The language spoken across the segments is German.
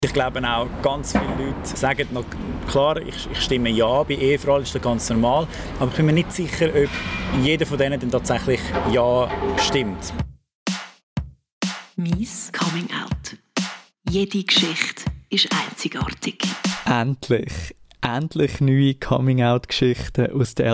Ich glaube auch, ganz viele Leute sagen noch, klar, ich stimme ja, bei Ehefrauen ist das ganz normal, aber ich bin mir nicht sicher, ob jeder von denen dann tatsächlich ja stimmt. Mies Coming Out. Jede Geschichte ist einzigartig. Endlich neue Coming-out-Geschichten aus der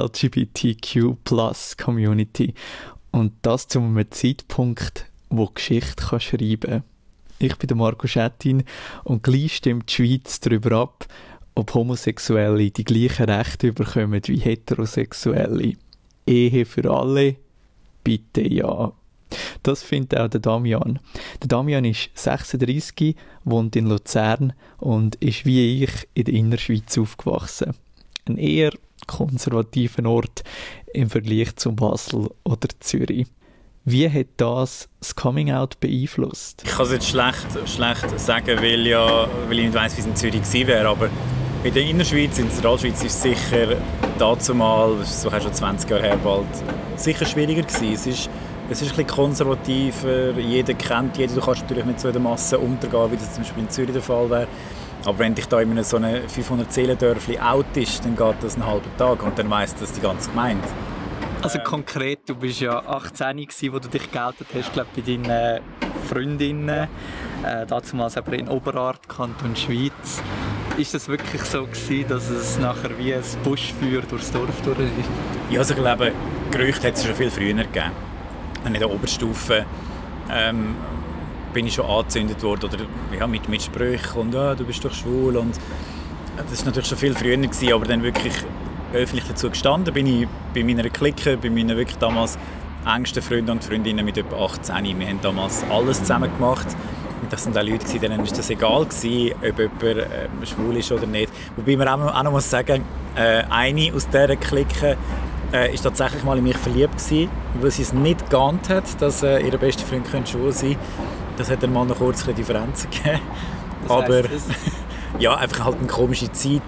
LGBTQ+-Community. Und das zu einem Zeitpunkt, wo Geschichte schreiben kann. Ich bin der Marco Schettin und gleich stimmt die Schweiz darüber ab, ob Homosexuelle die gleichen Rechte bekommen wie Heterosexuelle. Ehe für alle? Bitte ja. Das findet auch der Damian. Der Damian ist 36, wohnt in Luzern und ist wie ich in der Innerschweiz aufgewachsen. Ein eher konservativer Ort im Vergleich zu Basel oder Zürich. Wie hat das Coming-out beeinflusst? Ich kann es jetzt schlecht sagen, weil ich nicht weiss, wie es in Zürich gewesen wäre, aber in der Innerschweiz, in der Zentralschweiz, ist es sicher dazumal, das ist so schon 20 Jahre her bald, sicher schwieriger gewesen. Es ist ein bisschen konservativer, jeder kennt jeden, du kannst natürlich nicht so in der Masse untergehen, wie das zum Beispiel in Zürich der Fall wäre. Aber wenn dich da in so einem 500-Seelen-Dörfli outest, dann geht das einen halben Tag und dann weiss das die ganze Gemeinde. Also konkret, du warst ja 18, als du dich geoutet hast, glaube ich, bei deinen Freundinnen, damals aber in Oberart, Kanton Schweiz. Ist das wirklich so gewesen, dass es nachher wie ein Buschfeuer durchs Dorf durch ist? Ja, also ich glaube, Gerüchte hat es schon viel früher gegeben. In der Oberstufe bin ich schon angezündet worden oder ja, mit Sprüchen und du bist doch schwul und das war natürlich schon viel früher gewesen, aber dann wirklich öffentlich dazu gestanden bin ich bei meiner Clique, bei meinen wirklich damals engsten Freunden und Freundinnen mit etwa 18. Wir haben damals alles zusammen gemacht und das waren auch Leute, denen war das egal gewesen, ob jemand schwul ist oder nicht. Wobei man auch noch muss sagen, eine aus dieser Clique ist tatsächlich mal in mich verliebt gewesen, weil sie es nicht geahnt hat, dass ihre beste Freund schwul sein könnte. Das hat dann mal noch kurz Differenzen gegeben. Aber ja, einfach halt eine komische Zeit,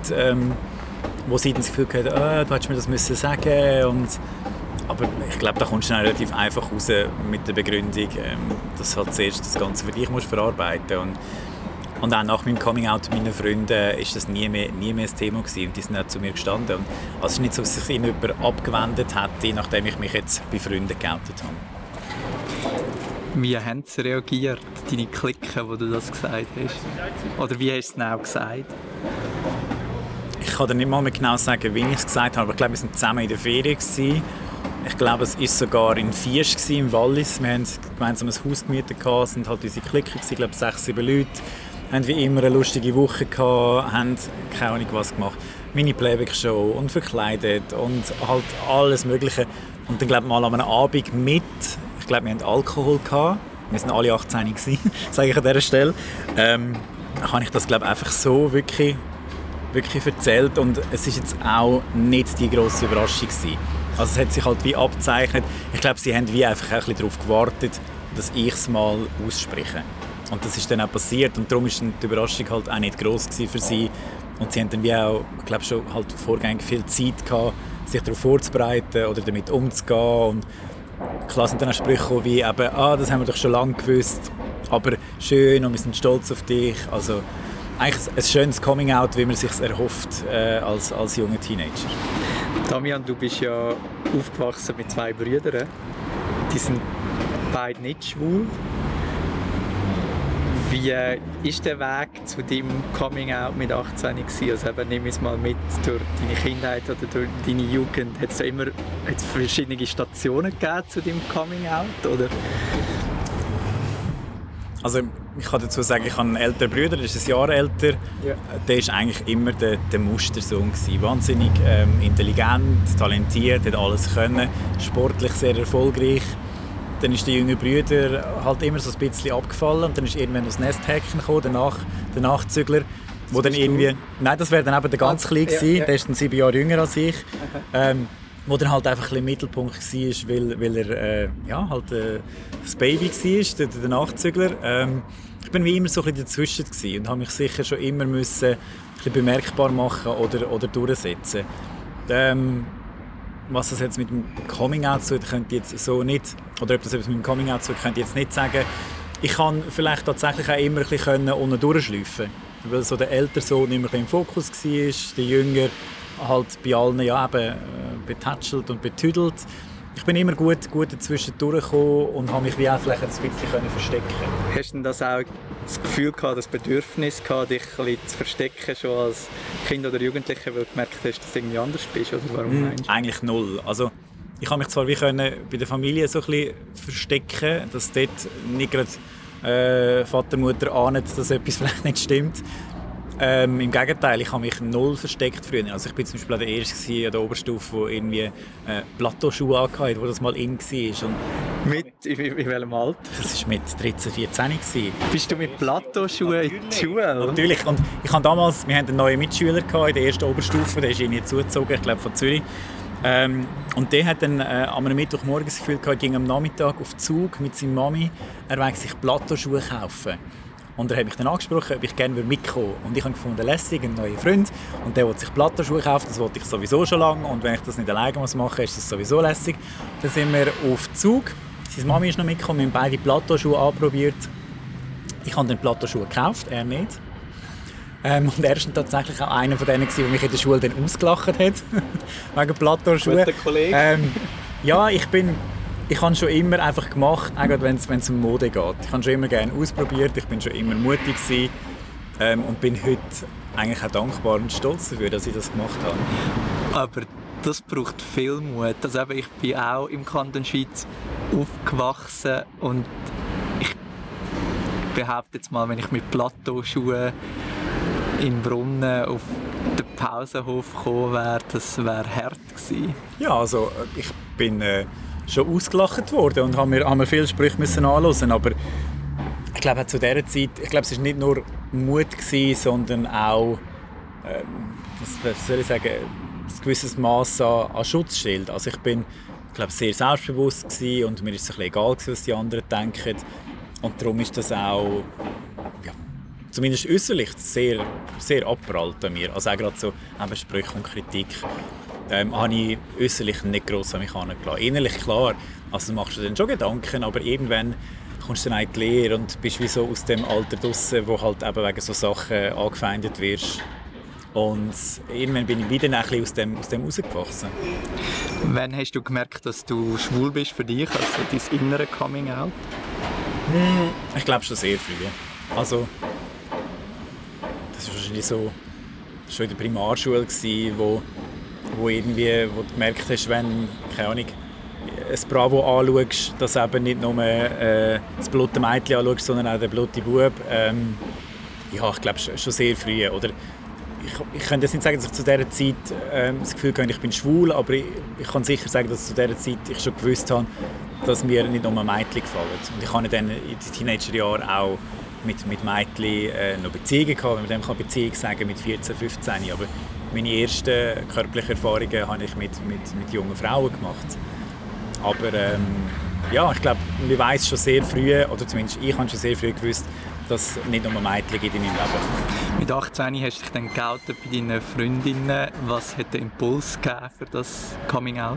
wo sie dann das Gefühl hatte, du hättest mir das müssen sagen. Aber ich glaube, da kommst du dann relativ einfach raus mit der Begründung, dass halt zuerst das Ganze für dich musst verarbeiten musst. Und auch nach meinem Coming-out mit meinen Freunden ist das nie mehr ein Thema gewesen und die sind auch zu mir gestanden. Und also es ist nicht so, dass sich ihnen jemand abgewendet hätte, nachdem ich mich jetzt bei Freunden geoutet habe. Wie haben sie reagiert, deine Clique, wo du das gesagt hast? Oder wie hast du es genau gesagt? Ich kann dir nicht mal mehr genau sagen, wie ich es gesagt habe, aber ich glaube, wir waren zusammen in der Ferien gewesen. Ich glaube, es war sogar in Fiesch, im Wallis. Wir haben gemeinsam ein Haus gemietet, es waren halt unsere Clique, ich glaube 6-7 Leute. Wir hatten wie immer eine lustige Woche, haben keine Ahnung was gemacht. Meine Playback-Show und verkleidet und halt alles Mögliche. Und dann glaube ich mal an einem Abend mit, ich glaube wir hatten Alkohol gehabt. Wir waren alle 18 gewesen, sage ich an dieser Stelle. Habe ich das glaube ich einfach so wirklich erzählt und es ist jetzt auch nicht die grosse Überraschung gewesen. Also es hat sich halt wie abgezeichnet. Ich glaube, sie haben wie einfach ein bisschen darauf gewartet, dass ich es mal ausspreche. Und das ist dann auch passiert und darum war die Überraschung halt auch nicht gross für sie. Und sie haben dann wie auch, ich glaube schon halt vorgängig viel Zeit gehabt, sich darauf vorzubereiten oder damit umzugehen. Und klar sind dann auch Sprüche wie eben, das haben wir doch schon lange gewusst, aber schön und wir sind stolz auf dich. Also eigentlich ein schönes Coming-out, wie man es sich erhofft als junger Teenager. Damian, du bist ja aufgewachsen mit 2 Brüdern. Die sind beide nicht schwul. Wie war der Weg zu deinem Coming-out mit 18 gewesen? Also nimm es mal mit durch deine Kindheit oder durch deine Jugend. Hat es verschiedene Stationen gegeben zu deinem Coming-out? Oder? Also ich kann dazu sagen, ich habe einen älteren Bruder, der ist ein Jahr älter. Ja. Der war eigentlich immer der Mustersohn gewesen. Wahnsinnig intelligent, talentiert, hat alles können, sportlich sehr erfolgreich. Dann ist der jüngere Bruder halt immer so ein bisschen abgefallen und dann ist irgendwann das Nesthäkchen gekommen, der Nachzügler, wo dann irgendwie, nein, das wäre dann eben der ganz Kleine gewesen, der ist dann 7 Jahre jünger als ich, wo dann halt einfach ein bisschen im Mittelpunkt war, weil er halt das Baby war, der Nachzügler. Ich bin wie immer so ein bisschen dazwischen gewesen und habe mich sicher schon immer müssen ein bisschen bemerkbar machen oder durchsetzen. Was das jetzt mit dem Coming-out zu tun, könnte ich jetzt so nicht, oder ob das etwas mit dem Coming-out zu tun, könnte ich jetzt nicht sagen. Ich kann vielleicht tatsächlich auch immer ein bisschen unten durchschleifen. weil so der ältere Sohn immer im Fokus war, der Jünger halt bei allen ja eben betätschelt und betüdelt. Ich bin immer gut dazwischen durchgekommen und habe mich wie auch vielleicht ein bisschen verstecken. Hast du denn das auch das Gefühl gehabt, das Bedürfnis gehabt, dich ein bisschen zu verstecken, schon als Kind oder Jugendlicher, weil du gemerkt hast, dass du irgendwie anders bist? Oder warum meinst du? Eigentlich null. Also, ich habe mich zwar wie können bei der Familie so ein bisschen verstecken, dass dort nicht gerade Vater, Mutter ahnen, dass etwas vielleicht nicht stimmt. Im Gegenteil, ich habe mich null versteckt früher. Also ich bin zum Beispiel der Erste an der Oberstufe, der irgendwie Plateauschuhe anhatte, wo das mal in war. Und in welchem Alter? das war mit 13, 14 gewesen. Bist du mit Plateauschuhen in die Schule? Natürlich. Und wir hatten einen neuen Mitschüler in der ersten Oberstufe, der ist irgendwie zugezogen, ich glaube von Zürich. Und der hat dann am Mittwochmorgen das Gefühl gehabt, er ging am Nachmittag auf den Zug mit seiner Mami, er wollte sich Plateauschuhe kaufen. Und er hat mich dann angesprochen, ob ich gerne mitkommen würde. Und ich habe gefunden, lässig, einen neuen Freund. Und der wollte sich Plateauschuhe kaufen, das wollte ich sowieso schon lange. Und wenn ich das nicht alleine machen muss, ist das sowieso lässig. Dann sind wir auf den Zug. Seine Mami ist noch mitgekommen, wir haben beide Plateauschuhe anprobiert. Ich habe den Plateauschuhe gekauft, er nicht. Und er war tatsächlich auch einer von denen, der mich in der Schule dann ausgelacht hat. Wegen Plateauschuhen. Guter Kollege. Ja, ich habe schon immer einfach gemacht, auch wenn es um Mode geht. Ich habe schon immer gerne ausprobiert, ich bin schon immer mutig gewesen, und bin heute eigentlich auch dankbar und stolz dafür, dass ich das gemacht habe. Aber das braucht viel Mut. Also ich bin auch im Kanton Schweiz aufgewachsen und ich behaupte jetzt mal, wenn ich mit Plateauschuhen in Brunnen auf den Pausenhof gekommen wäre, das wäre hart gewesen. Ja, also ich bin schon ausgelacht worden und haben mir viele Sprüche anhören, aber ich glaube zu dieser Zeit, es war nicht nur Mut gewesen, sondern auch, was soll ich sagen, ein gewisses Maß an Schutzschild. Also ich bin, glaube, sehr selbstbewusst gewesen und mir ist es ein bisschen egal gewesen, was die anderen denken. Und darum ist das auch, ja, zumindest äußerlich sehr, sehr abprallt an mir. Also auch gerade so Sprüche und Kritik habe ich äußerlich nicht gross an mich herangelassen. Innerlich klar, also machst du dann schon Gedanken, aber irgendwann kommst du dann in die Lehre und bist wie so aus dem Alter draussen, wo halt eben wegen so Sachen angefeindet wirst. Und irgendwann bin ich wieder ein bisschen aus dem rausgewachsen. Wann hast du gemerkt, dass du schwul bist für dich, also dein innere Coming-out? Ich glaube schon sehr früh. Also, das war wahrscheinlich so schon in der Primarschule, wo du gemerkt hast, wenn, keine Ahnung, ein Bravo anschaust, dass du eben nicht nur das blutige Mädchen anschaust, sondern auch den blutigen Bub. Ja, ich glaube schon sehr früh. Oder ich könnte jetzt nicht sagen, dass ich zu dieser Zeit das Gefühl hatte, ich bin schwul, aber ich kann sicher sagen, dass zu dieser Zeit ich schon gewusst habe, dass mir nicht nur Mädchen gefallen. Und ich habe dann in den Teenagerjahren auch mit Mädchen noch Beziehungen gehabt, wenn man dem Beziehung sagen mit 14, 15. Aber meine ersten körperlichen Erfahrungen habe ich mit jungen Frauen gemacht. Aber ja, ich glaube, man weiss schon sehr früh, oder zumindest ich habe schon sehr früh gewusst, dass es nicht nur Mädchen gibt in meinem Leben. Mit 18 hast du dich dann geoutet bei deinen Freundinnen. Was hat den Impuls gegeben für das Coming-out?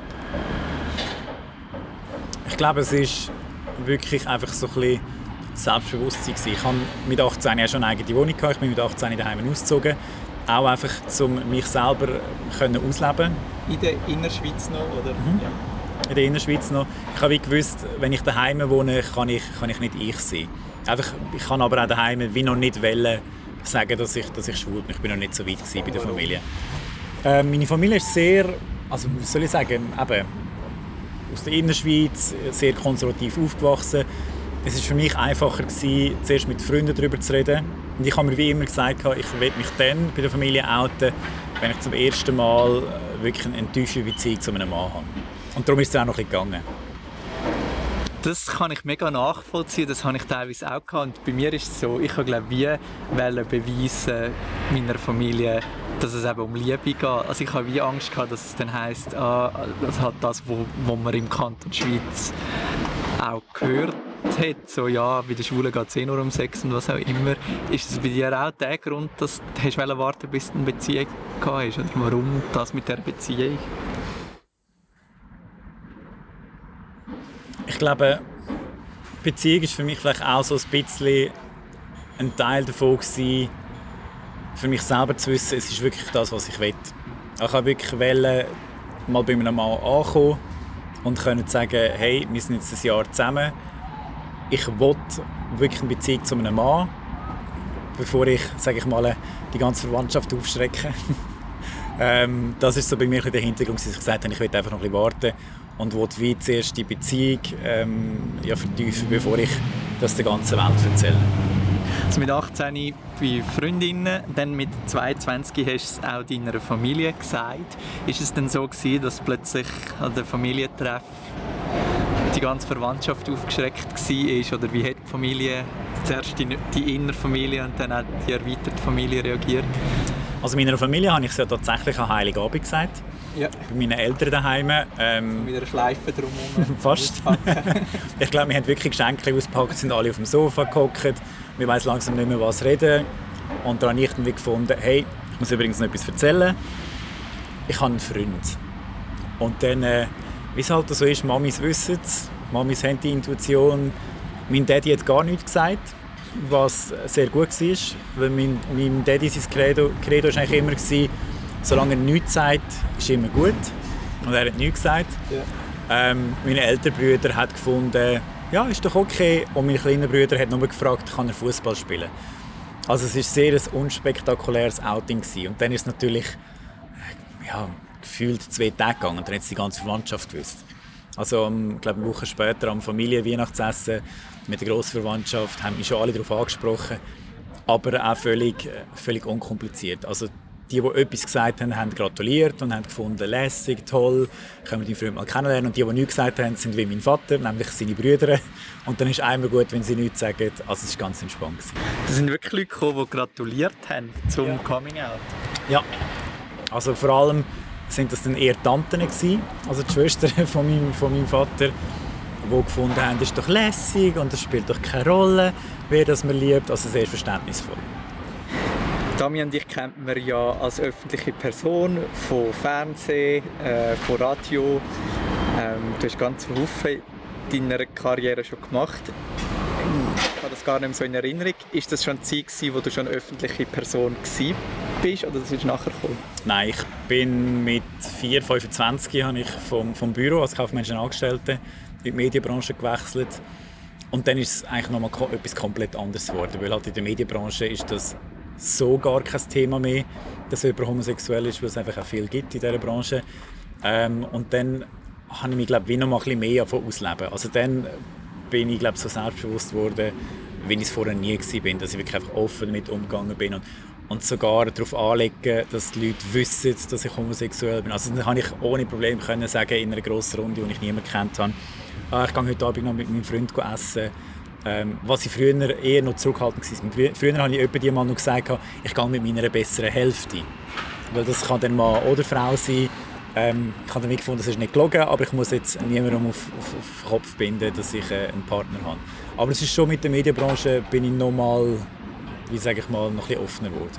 Ich glaube, es ist wirklich einfach so ein bisschen Selbstbewusstsein. Ich habe mit 18 ja schon eine eigene Wohnung gehabt. Ich bin mit 18 daheim ausgezogen. Auch einfach, um mich selber ausleben. In der Innerschweiz noch, oder? Ja. In der Innerschweiz noch. Ich habe gewusst, wenn ich daheim wohne, kann ich nicht ich sein. Einfach, ich kann aber auch daheim wie noch nicht sagen, dass ich schwul bin. Ich bin noch nicht so weit bei der Familie. Meine Familie ist sehr, also wie soll ich sagen, eben, aus der Innerschweiz, sehr konservativ aufgewachsen. Es war für mich einfacher, zuerst mit Freunden darüber zu reden. Und ich habe mir wie immer gesagt, ich will mich dann bei der Familie outen, wenn ich zum ersten Mal wirklich eine tiefe Beziehung zu einem Mann habe. Und darum ist es auch noch ein bisschen gegangen. Das kann ich mega nachvollziehen, das habe ich teilweise auch gehabt. Und bei mir ist es so, ich wollte beweisen meiner Familie, dass es eben um Liebe geht. Also ich habe wie Angst gehabt, dass es dann heisst, das hat das, wo man im Kanton Schweiz auch gehört hat, so ja, bei den Schwulen geht es nur um Sex und was auch immer. Ist es bei dir auch der Grund, dass du warten bis du eine Beziehung gehabt hast? Oder warum das mit der Beziehung? Ich glaube, Beziehung ist für mich vielleicht auch so ein bisschen ein Teil davon gewesen, für mich selber zu wissen, es ist wirklich das, was ich will. Ich wollte wirklich mal bei einem Mann ankommen und können sagen, hey, wir sind jetzt ein Jahr zusammen. Ich will wirklich eine Beziehung zu einem Mann, bevor ich, sage ich mal, die ganze Verwandtschaft aufschrecke. Das ist so bei mir der Hintergrund, dass ich gesagt habe, ich will einfach noch ein bisschen warten und will wie zuerst die Beziehung vertiefen, bevor ich das der ganzen Welt erzähle. Also mit 18 bei Freundinnen, dann mit 22 hast du es auch deiner Familie gesagt. Ist es denn so gewesen, dass plötzlich an der Familientreff die ganze Verwandtschaft aufgeschreckt war? Oder wie hat die Familie, zuerst die Innerfamilie und dann auch die erweiterte Familie reagiert? Also meiner Familie habe ich es ja tatsächlich an Heiligabend gesagt. Ja. Bei meinen Eltern daheim. Mit einer Schleife drumherum. Fast. Ich glaube, wir haben wirklich Geschenke ausgepackt, sind alle auf dem Sofa gehockt. Wir weiss langsam nicht mehr, was reden. Und dann habe ich dann gefunden, hey, ich muss übrigens noch etwas erzählen. Ich habe einen Freund. Und dann, wie es halt so ist, Mamis wissen es. Mamis haben die Intuition. Mein Daddy hat gar nichts gesagt, was sehr gut war. Weil mein Daddy, sein Credo war eigentlich immer, solange er nichts sagt, ist immer gut. Und er hat nichts gesagt. Ja. Meine älteren Brüder haben gefunden, ja, ist doch okay. Und mein kleiner Bruder hat nur gefragt, kann er Fußball spielen. Also es war sehr ein unspektakuläres Outing gewesen. Und dann ist es natürlich gefühlt 2 Tage gegangen. Und dann hat es die ganze Verwandtschaft gewusst. Also eine Woche später am Familienweihnachtsessen mit der Grossverwandtschaft haben mich schon alle darauf angesprochen. Aber auch völlig unkompliziert. Also die etwas gesagt haben, haben gratuliert und haben gefunden, lässig, toll, können wir deinen Freund mal kennenlernen. Und die nichts gesagt haben, sind wie mein Vater, nämlich seine Brüder. Und dann ist es einmal gut, wenn sie nichts sagen. Also es war ganz entspannt. Da sind wirklich Leute gekommen, die gratuliert haben zum Coming-out. Ja, also vor allem sind das dann eher Tanten gewesen, also die Schwestern von meinem Vater, die gefunden haben, das ist doch lässig und es spielt doch keine Rolle, wer das man liebt. Also sehr verständnisvoll. Damian, dich kennt man ja als öffentliche Person, von Fernsehen, von Radio. Du hast ganz viele in deiner Karriere schon gemacht. Ich habe das gar nicht mehr so in Erinnerung. Ist das schon die Zeit, wo du schon eine öffentliche Person bist, oder das ist nachher gekommen? Nein, ich bin mit 25 habe ich vom Büro als kaufmännischer Angestellter in die Medienbranche gewechselt. Und dann ist es eigentlich noch mal etwas komplett anderes geworden, weil halt in der Medienbranche ist das so gar kein Thema mehr, dass jemand homosexuell ist, weil es einfach auch viel gibt in dieser Branche. Und dann habe ich mich, glaube ich, noch mal ein bisschen mehr davon ausleben. Also dann bin ich, glaube ich, so selbstbewusst geworden, wie ich es vorher nie war, dass ich wirklich einfach offen damit umgegangen bin und sogar darauf anlegen, dass die Leute wissen, dass ich homosexuell bin. Also dann konnte ich ohne Probleme sagen, in einer grossen Runde, die ich niemanden kennt habe, ich gehe heute Abend noch mit meinem Freund essen. Was ich früher eher noch zurückhaltend war. Früher habe ich jemandem mal noch gesagt, ich gehe mit meiner besseren Hälfte. Weil das kann dann Mann oder Frau sein. Ich habe dann gefunden, das ist nicht gelogen, aber ich muss jetzt niemandem auf den Kopf binden, dass ich einen Partner habe. Aber es ist schon mit der Medienbranche, bin ich noch mal, wie sage ich mal, noch ein bisschen offener geworden.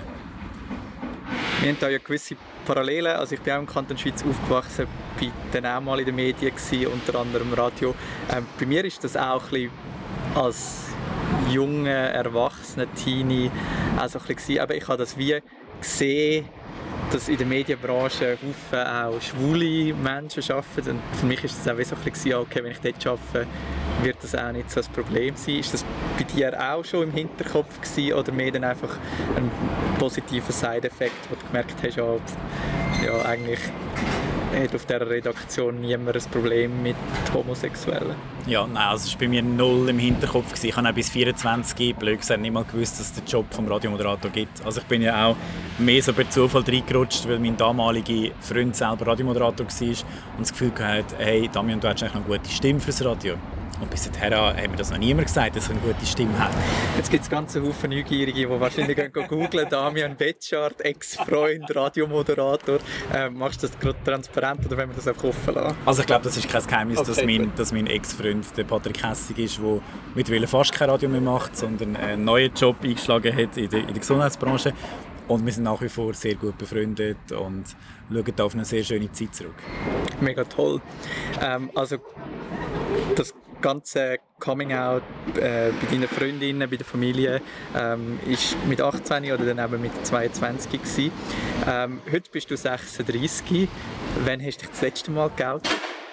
Wir haben da ja gewisse Parallelen. Also ich bin auch im Kanton Schweiz aufgewachsen, bin dann auch mal in den Medien gewesen, unter anderem Radio. Bei mir ist das auch ein bisschen als junger, erwachsener Teenie auch so ein bisschen, aber ich habe das wie gesehen, dass in der Medienbranche Haufen auch schwule Menschen arbeiten, und für mich ist das auch wie so ein bisschen, okay, wenn ich dort arbeite, wird das auch nicht so ein Problem sein. Ist das bei dir auch schon im Hinterkopf gewesen, oder mehr dann einfach ein positiver Side-Effekt, wo du gemerkt hast, ja eigentlich hat auf dieser Redaktion niemand ein Problem mit Homosexuellen? Ja, nein, also es war bei mir null im Hinterkopf gewesen. Ich habe auch bis 24, blöd gesagt, nicht mal gewusst, dass es den Job vom Radiomoderator gibt. Also ich bin ja auch mehr so per Zufall reingerutscht, weil mein damaliger Freund selber Radiomoderator war und das Gefühl hatte, hey Damian, du hast eigentlich noch eine gute Stimme fürs Radio. Und bis dahin hat mir das noch niemand gesagt, dass ich eine gute Stimme habe. Jetzt gibt es ganze Haufen Neugierige, die wahrscheinlich googeln, Damian Betschart, Ex-Freund, Radiomoderator. Machst du das gerade transparent, oder wollen wir das einfach offen lassen? Also ich glaube, das ist kein Geheimnis, okay, dass mein Ex-Freund, der Patrick Hessig, ist, der mittlerweile fast kein Radio mehr macht, sondern einen neuen Job eingeschlagen hat in der Gesundheitsbranche. Und wir sind nach wie vor sehr gut befreundet und schauen auf eine sehr schöne Zeit zurück. Mega toll. Also das ganze Coming-out bei deinen Freundinnen, bei der Familie ist mit 18 oder dann eben mit 22 gewesen. Heute bist du 36. Wann hast du dich das letzte Mal geoutet?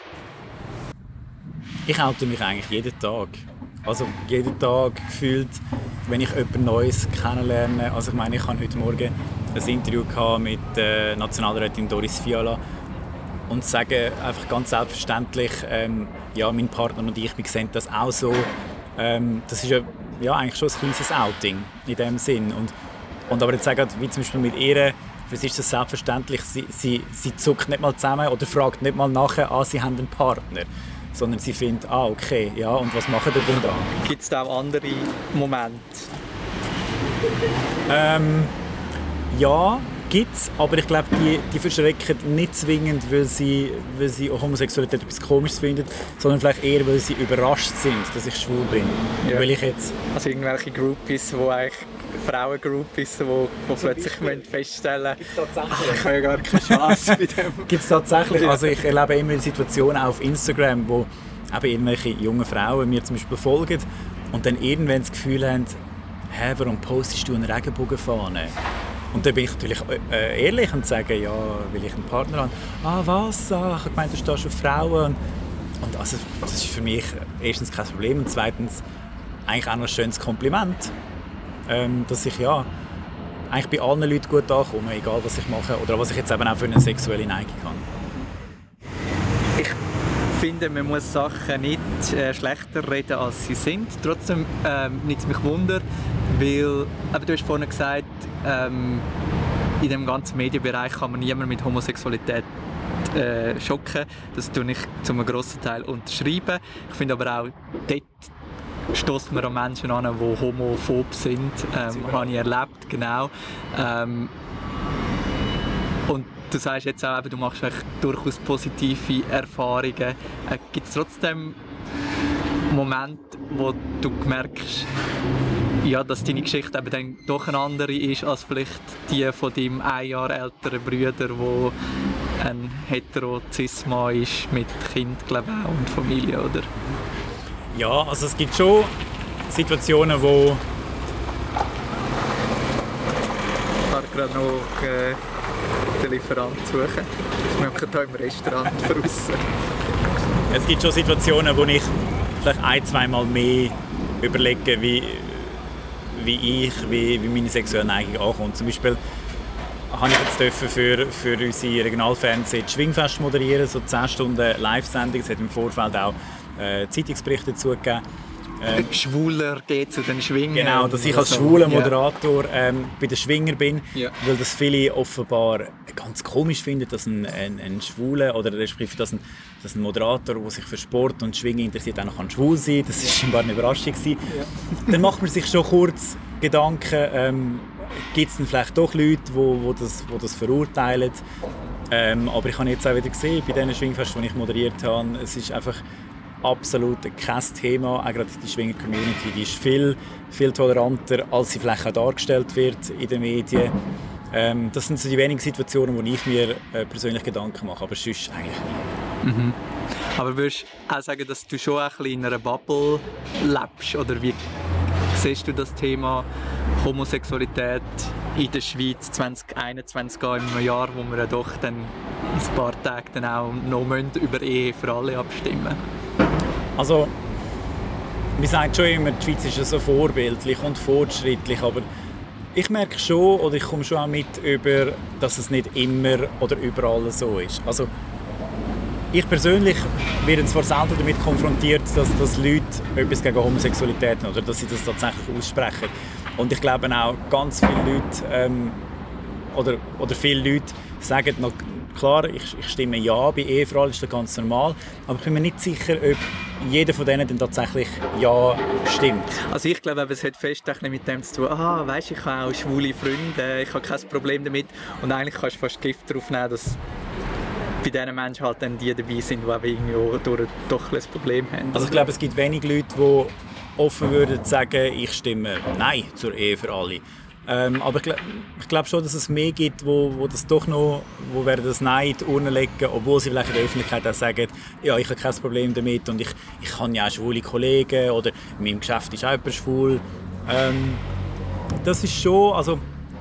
Ich oute mich eigentlich jeden Tag. Also jeden Tag gefühlt, wenn ich jemand Neues kennenlerne. Also ich meine, ich hatte heute Morgen ein Interview mit Nationalrätin Doris Fiala und sage einfach ganz selbstverständlich, ja, mein Partner und ich, wir sehen das auch so. Das ist ja eigentlich schon ein kleines Outing in dem Sinn. Und aber jetzt sagen, wie zum Beispiel mit ihr, für sie ist das selbstverständlich, sie zuckt nicht mal zusammen oder fragt nicht mal nachher, sie haben einen Partner. Sondern sie findet, okay, ja, und was machen ihr denn da? Gibt es da auch andere Momente? Ja, gibt es, aber ich glaube, die verschrecken nicht zwingend, weil sie Homosexualität etwas Komisches finden, sondern vielleicht eher, weil sie überrascht sind, dass ich schwul bin. Ja. Weil ich jetzt... Also irgendwelche Groupies, die eigentlich Frauen-Groupies, die plötzlich feststellen müssen, ich habe ja gar keine Chance bei dem. Gibt es tatsächlich. Also ich erlebe immer Situationen auch auf Instagram, wo eben irgendwelche jungen Frauen mir zum Beispiel folgen und dann irgendwann das Gefühl haben, warum postest du eine Regenbogenfahne? Und dann bin ich natürlich ehrlich und sage, ja, weil ich einen Partner habe. Was? Ich habe gemeint, du stehst auf Frauen. Und also, das ist für mich erstens kein Problem und zweitens eigentlich auch noch ein schönes Kompliment. Dass ich ja eigentlich bei allen Leuten gut ankomme, egal was ich mache oder was ich jetzt eben auch für eine sexuelle Neigung habe. Ich finde, man muss Sachen nicht schlechter reden, als sie sind. Trotzdem nimmt es mich Wunder, weil du hast vorhin gesagt, in dem ganzen Medienbereich kann man niemanden mit Homosexualität schocken. Das tue ich zu einem grossen Teil unterschreiben. Ich finde aber auch, dort stößt man an Menschen an, die homophob sind. Habe ich erlebt, genau. Und du sagst jetzt auch, du machst durchaus positive Erfahrungen. Gibt es trotzdem Momente, wo du merkst, ja, dass deine Geschichte eben dann doch eine andere ist als vielleicht die von deinem ein Jahr älteren Bruder, der ein hetero-cis-Mann ist mit Kind, glaube ich, und Familie, oder? Ja, also es gibt schon Situationen, wo... Ich fahre gerade noch den Lieferant suchen. Wir machen hier im Restaurant draussen. Es gibt schon Situationen, wo ich vielleicht ein-, zweimal mehr überlege, wie meine sexuelle Neigung ankommt. Zum Beispiel habe ich jetzt für unsere Regionalfernsehen das Schwingfest moderieren, so 10 Stunden Live-Sendung. Es hat im Vorfeld auch Zeitungsberichte dazu gegeben. Schwuler geht zu den Schwingern. Genau, dass ich als schwuler Moderator bei den Schwingern bin, weil das viele offenbar ganz komisch finden, dass ein Schwuler oder respektive dass ein Moderator, der sich für Sport und Schwingen interessiert, auch noch schwul sein kann. Das war scheinbar eine Überraschung. Ja. Dann macht man sich schon kurz Gedanken, gibt es denn vielleicht doch Leute, die das verurteilen. Aber ich habe jetzt auch wieder gesehen, bei diesen Schwingfesten, die ich moderiert habe, es ist einfach absolut kein Thema. Auch gerade die Schwinger-Community, die ist viel, viel toleranter, als sie vielleicht auch dargestellt wird in den Medien. Das sind so die wenigen Situationen, wo ich mir persönlich Gedanken mache, aber sonst eigentlich nie. Mhm. Aber würdest du auch sagen, dass du schon ein bisschen in einer Bubble lebst? Oder wie siehst du das Thema Homosexualität in der Schweiz 2021 in einem Jahr, wo wir ja doch dann in ein paar Tagen dann auch noch über Ehe für alle abstimmen? Also, wir sagen schon immer, die Schweiz ist ja so vorbildlich und fortschrittlich, aber ich merke schon, oder ich komme schon auch mit über, dass es nicht immer oder überall so ist. Also, ich persönlich werde zwar selten damit konfrontiert, dass Leute etwas gegen Homosexualität haben oder dass sie das tatsächlich aussprechen. Und ich glaube auch, ganz viele Leute oder viele Leute sagen noch, klar, ich stimme ja bei Ehe für alle, ist das ganz normal, aber ich bin mir nicht sicher, ob jeder von denen dann tatsächlich ja stimmt. Also ich glaube, es hat fest mit dem zu tun, weisst, ich habe auch schwule Freunde, ich habe kein Problem damit und eigentlich kannst du fast Gift darauf nehmen, dass bei diesen Menschen halt dann die dabei sind, die irgendwie doch ein Problem haben. Also ich glaube, es gibt wenig Leute, die offen würden sagen, ich stimme Nein zur Ehe für alle. Aber ich glaube schon, dass es mehr gibt, wo das doch noch, wo werden das Nein in die Urne legen, obwohl sie vielleicht in der Öffentlichkeit auch sagen, ja, ich habe kein Problem damit und ich habe ja auch schwule Kollegen oder in meinem Geschäft ist auch jemand schwul. Das ist schon, also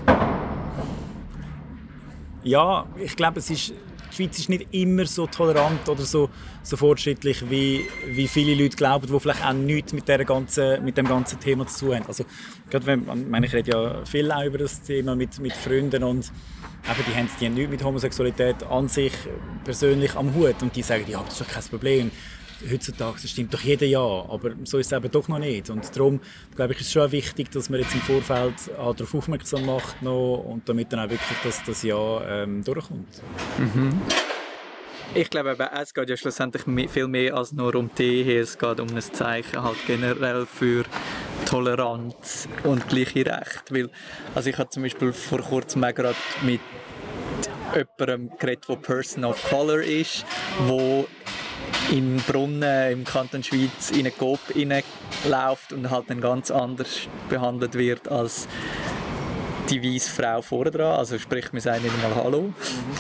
ja, ich glaube, die Schweiz ist nicht immer so tolerant oder so fortschrittlich, wie viele Leute glauben, die vielleicht auch nichts mit dem ganzen Thema zu tun haben. Also, gerade ich rede ja viel auch über das Thema mit Freunden und eben, die haben nichts mit Homosexualität an sich persönlich am Hut und die sagen, ja, das ist doch kein Problem. Heutzutage, das stimmt doch jeder ja, aber so ist es eben doch noch nicht. Und darum, glaube ich, ist es schon wichtig, dass man jetzt im Vorfeld darauf aufmerksam macht noch, und damit dann auch wirklich das Ja durchkommt. Mhm. Ich glaube, es geht ja schlussendlich viel mehr als nur um die Ehe. Es geht um ein Zeichen halt generell für Toleranz und gleiche Rechte. Weil, also ich habe zum Beispiel vor kurzem auch gerade mit jemandem geredet, der Person of Color ist, wo in Brunnen im Kanton Schweiz in eine Coop reinläuft und halt dann ganz anders behandelt wird als die weiße Frau vorne dran. Also sprich, wir sagen nicht mal Hallo.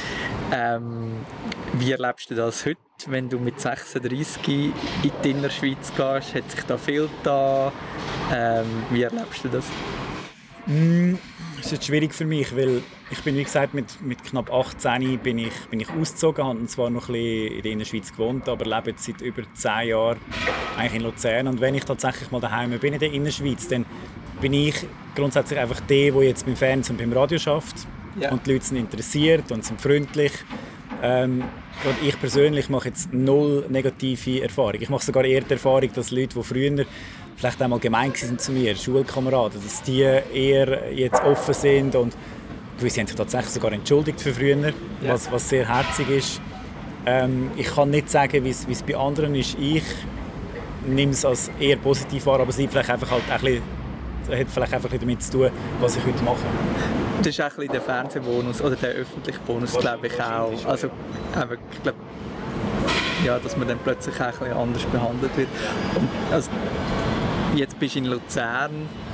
Wie erlebst du das heute, wenn du mit 36 in die Innerschweiz gehst? Hat sich da viel da? Wie erlebst du das? Das ist jetzt schwierig für mich, weil ich bin, wie gesagt, mit knapp 18 bin ich ausgezogen, habe zwar noch ein bisschen in der Innerschweiz gewohnt, aber lebe jetzt seit über 10 Jahren eigentlich in Luzern. Und wenn ich tatsächlich mal daheim bin in der Innerschweiz, dann bin ich grundsätzlich einfach der jetzt beim Fernsehen und beim Radio arbeitet. Ja. Und die Leute sind interessiert und sind freundlich. Ich persönlich mache jetzt null negative Erfahrungen. Ich mache sogar eher die Erfahrung, dass Leute, die früher vielleicht einmal gemein waren zu mir, Schulkameraden, dass die eher jetzt offen sind und gewisse haben sich tatsächlich sogar entschuldigt für früher, ja. was sehr herzig ist. Ich kann nicht sagen, wie es bei anderen ist. Ich nehme es als eher positiv wahr, aber es liegt vielleicht einfach halt ein bisschen, hat vielleicht einfach damit zu tun, was ich heute mache. Das ist auch ein bisschen der Fernsehbonus oder der öffentliche Bonus, glaube ich auch. Also, ich glaube, ja, dass man dann plötzlich auch ein bisschen anders behandelt wird. Und, also, jetzt bist du in Luzern.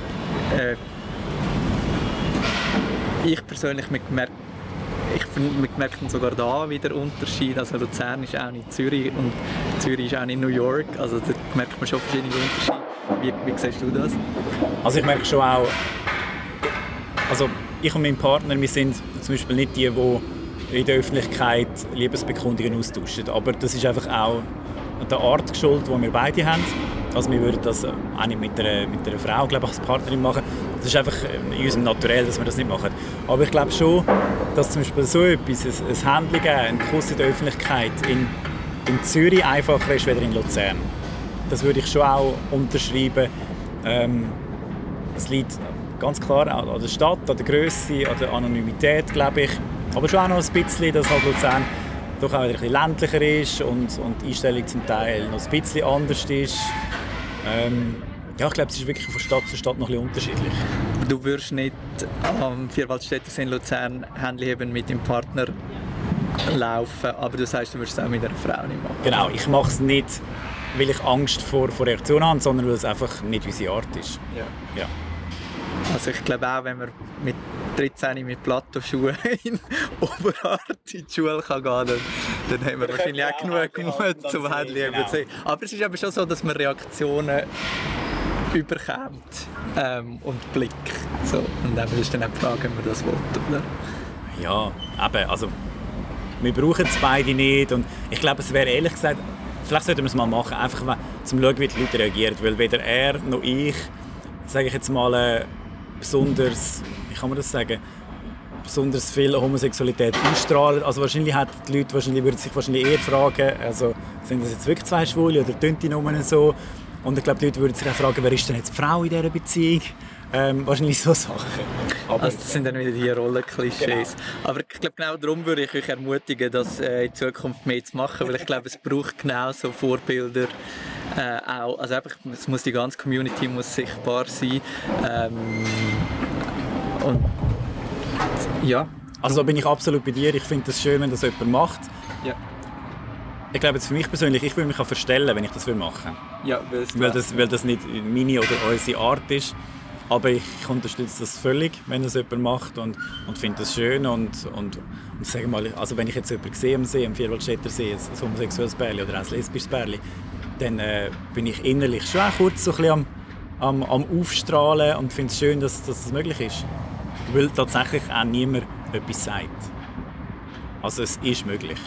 Ich persönlich merke sogar da wieder Unterschied. Also Luzern ist auch nicht Zürich und Zürich ist auch nicht New York. Also da merkt man schon verschiedene Unterschiede. Wie siehst du das? Also ich merke schon auch, also ich und mein Partner, wir sind zum Beispiel nicht die in der Öffentlichkeit Liebesbekundungen austauschen. Aber das ist einfach auch der Art geschuldet, die wir beide haben. Also wir würden das auch nicht mit einer Frau, glaube ich, als Partnerin machen. Das ist einfach in unserem Naturell, dass wir das nicht machen. Aber ich glaube schon, dass zum Beispiel so etwas, ein Händchen geben, ein Kuss in der Öffentlichkeit in Zürich einfacher ist als in Luzern. Das würde ich schon auch unterschreiben. Es liegt ganz klar auch an der Stadt, an der Grösse, an der Anonymität, glaube ich. Aber schon auch noch ein bisschen, dass halt Luzern doch auch wieder ein bisschen ländlicher ist und die Einstellung zum Teil noch ein bisschen anders ist. Ja, ich glaube, es ist wirklich von Stadt zu Stadt noch ein bisschen unterschiedlich. Du würdest nicht am Vierwaldstätter in Luzern Händchen eben mit deinem Partner laufen, aber du sagst, du würdest es auch mit einer Frau nicht machen. Genau, ich mache es nicht, weil ich Angst vor Reaktionen habe, sondern weil es einfach nicht unsere Art ist. Ja. Also ich glaube auch, wenn man mit 13 mit Plateauschuhen in Oberhart in die Schule kann gehen, dann haben wir wahrscheinlich auch genug Mut zum Händchen zu sehen. Aber es ist aber schon so, dass man Reaktionen überkommt und Blick. So. Und dann ist dann auch die Frage, ob man das will, oder? Ja, eben, also wir brauchen es beide nicht und ich glaube, es wäre ehrlich gesagt, vielleicht sollten wir es mal machen, einfach mal zum schauen, wie die Leute reagieren, weil weder er noch ich, sage ich jetzt mal, besonders, wie kann man das sagen, besonders viel Homosexualität ausstrahlen. Also wahrscheinlich würden sich wahrscheinlich eher fragen, also sind das jetzt wirklich zwei Schwule oder tönt die Nummern so? Und ich glaube, die Leute würden sich auch fragen, wer ist denn jetzt die Frau in dieser Beziehung? Wahrscheinlich so Sachen. Aber also das sind dann wieder die Rollenklischees. Genau. Aber ich glaube, genau darum würde ich euch ermutigen, das in Zukunft mehr zu machen, weil ich glaube, es braucht genau so Vorbilder auch. Also einfach, die ganze Community muss sichtbar sein. Und ja. Also da bin ich absolut bei dir. Ich finde es schön, wenn das jemand macht. Ja. Ich glaube jetzt für mich persönlich, ich würde mich auch verstellen, wenn ich das machen würde. Ja, weil das nicht meine oder unsere Art ist. Aber ich unterstütze das völlig, wenn das jemand macht und finde das schön. Und sage mal, also wenn ich jetzt jemanden sehe am See, am Vierwaldstätter See, ein homosexuelles Pärchen oder ein lesbisches Pärchen, dann bin ich innerlich schon auch kurz so ein bisschen am Aufstrahlen und finde es schön, dass das möglich ist. Weil tatsächlich auch niemand etwas sagt. Also es ist möglich.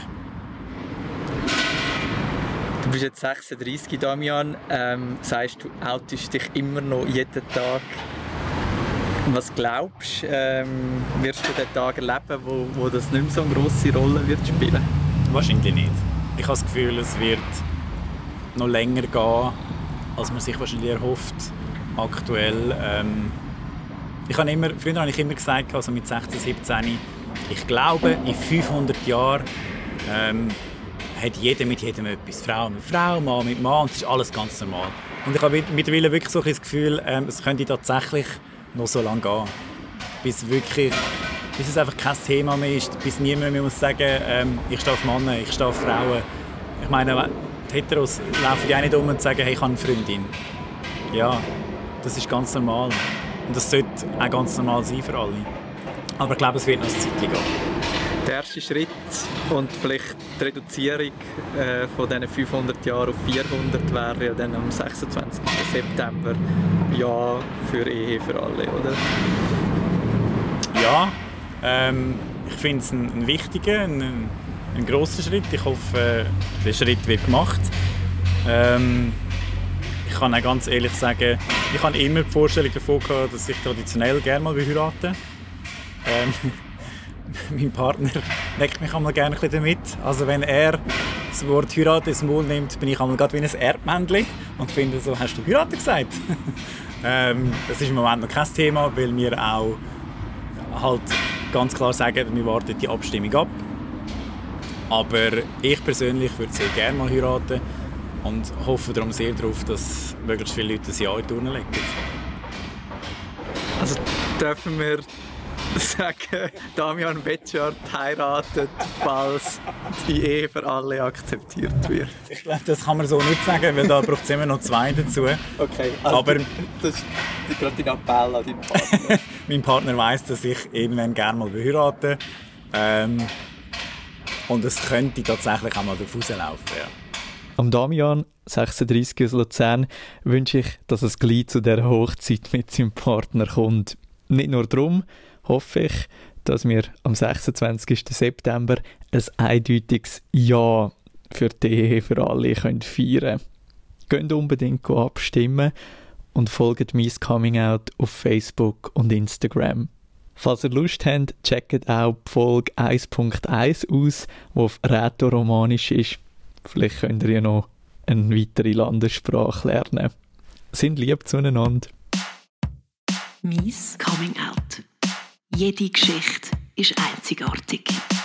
Du bist jetzt 36, Damian. Sagst du, outest dich immer noch jeden Tag. Was glaubst du, wirst du den Tag erleben, wo das nicht mehr so eine grosse Rolle wird spielen? Wahrscheinlich nicht. Ich habe das Gefühl, es wird noch länger gehen, als man sich wahrscheinlich erhofft. Aktuell. Früher habe ich immer gesagt, also mit 16, 17, ich glaube, in 500 Jahren hat jeder mit jedem etwas. Frau mit Frau, Mann mit Mann, und es ist alles ganz normal. Und ich habe mittlerweile wirklich so ein das Gefühl, es könnte tatsächlich noch so lange gehen, bis es einfach kein Thema mehr ist, bis niemand mehr muss sagen, ich stehe auf Männer, ich stehe auf Frauen. Ich meine, die Heteros laufen ja nicht um und sagen, hey, ich habe eine Freundin. Ja, das ist ganz normal. Und das sollte auch ganz normal sein für alle. Aber ich glaube, es wird noch eine Zeit gehen. Der erste Schritt und vielleicht die Reduzierung von diesen 500 Jahren auf 400 wäre ja dann am 26. September Ja für Ehe für alle, oder? Ja, ich finde es ein wichtiger, ein grosser Schritt. Ich hoffe, der Schritt wird gemacht. Ich kann auch ganz ehrlich sagen, ich habe immer die Vorstellung davon gehabt, dass ich traditionell gerne mal heirate. Mein Partner neckt mich einmal gerne ein bisschen damit. Also wenn er das Wort Heirat ins Maul nimmt, bin ich einmal gerade wie ein Erdmännchen und finde so, hast du Heiraten gesagt? Das ist im Moment noch kein Thema, weil wir auch halt ganz klar sagen, wir warten die Abstimmung ab. Aber ich persönlich würde sehr gerne mal heiraten und hoffe darum sehr darauf, dass möglichst viele Leute ein Ja in die Urne legen. Also dürfen wir sagen, Damian Betschart heiratet, falls die Ehe für alle akzeptiert wird. Ich glaube, das kann man so nicht sagen, weil da braucht es immer noch 2 dazu. Okay, also aber das ist gerade dein Appell an deinen Partner. Mein Partner weiss, dass ich irgendwann gerne mal heirate. Und es könnte tatsächlich auch mal darauf rauslaufen. Ja. Am Damian, 36 aus Luzern, wünsche ich, dass es gleich zu dieser Hochzeit mit seinem Partner kommt. Nicht nur darum, hoffe ich, dass wir am 26. September ein eindeutiges Ja für die Ehe für alle feiern können. Geht unbedingt abstimmen und folgt mein Coming Out auf Facebook und Instagram. Falls ihr Lust habt, checkt auch die Folge 1.1 aus, die auf Rätoromanisch ist. Vielleicht könnt ihr ja noch eine weitere Landessprache lernen. Sind lieb zueinander. Mies Coming Out. Jede Geschichte ist einzigartig.